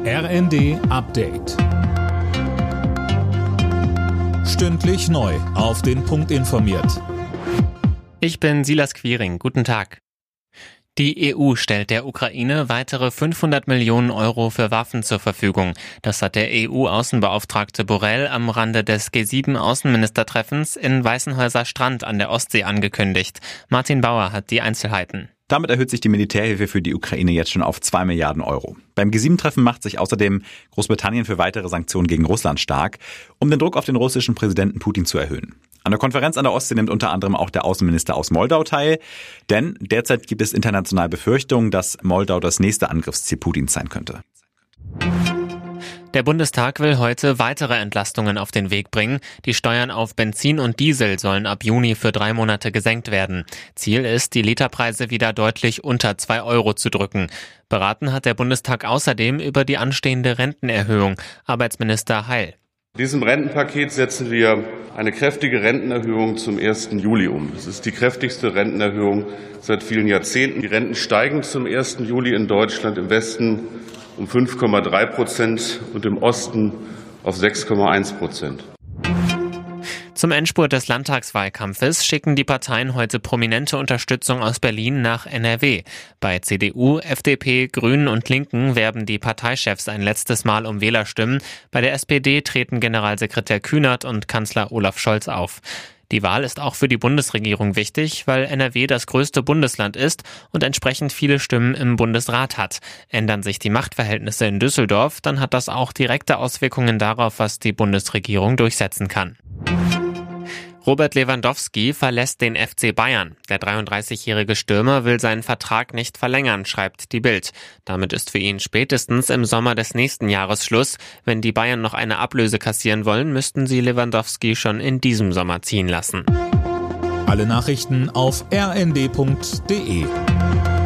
RND Update. Stündlich neu auf den Punkt informiert. Ich bin Silas Quiring. Guten Tag. Die EU stellt der Ukraine weitere 500 Millionen Euro für Waffen zur Verfügung. Das hat der EU-Außenbeauftragte Borrell am Rande des G7-Außenministertreffens in Weißenhäuser Strand an der Ostsee angekündigt. Martin Bauer hat die Einzelheiten. Damit erhöht sich die Militärhilfe für die Ukraine jetzt schon auf 2 Milliarden Euro. Beim G7-Treffen macht sich außerdem Großbritannien für weitere Sanktionen gegen Russland stark, um den Druck auf den russischen Präsidenten Putin zu erhöhen. An der Konferenz an der Ostsee nimmt unter anderem auch der Außenminister aus Moldau teil, denn derzeit gibt es international Befürchtungen, dass Moldau das nächste Angriffsziel Putins sein könnte. Der Bundestag will heute weitere Entlastungen auf den Weg bringen. Die Steuern auf Benzin und Diesel sollen ab Juni für 3 Monate gesenkt werden. Ziel ist, die Literpreise wieder deutlich unter 2 Euro zu drücken. Beraten hat der Bundestag außerdem über die anstehende Rentenerhöhung. Arbeitsminister Heil. In diesem Rentenpaket setzen wir eine kräftige Rentenerhöhung zum 1. Juli um. Es ist die kräftigste Rentenerhöhung seit vielen Jahrzehnten. Die Renten steigen zum 1. Juli in Deutschland, im Westen um 5,3% und im Osten auf 6,1%. Zum Endspurt des Landtagswahlkampfes schicken die Parteien heute prominente Unterstützung aus Berlin nach NRW. Bei CDU, FDP, Grünen und Linken werben die Parteichefs ein letztes Mal um Wählerstimmen. Bei der SPD treten Generalsekretär Kühnert und Kanzler Olaf Scholz auf. Die Wahl ist auch für die Bundesregierung wichtig, weil NRW das größte Bundesland ist und entsprechend viele Stimmen im Bundesrat hat. Ändern sich die Machtverhältnisse in Düsseldorf, dann hat das auch direkte Auswirkungen darauf, was die Bundesregierung durchsetzen kann. Robert Lewandowski verlässt den FC Bayern. Der 33-jährige Stürmer will seinen Vertrag nicht verlängern, schreibt die Bild. Damit ist für ihn spätestens im Sommer des nächsten Jahres Schluss. Wenn die Bayern noch eine Ablöse kassieren wollen, müssten sie Lewandowski schon in diesem Sommer ziehen lassen. Alle Nachrichten auf rnd.de.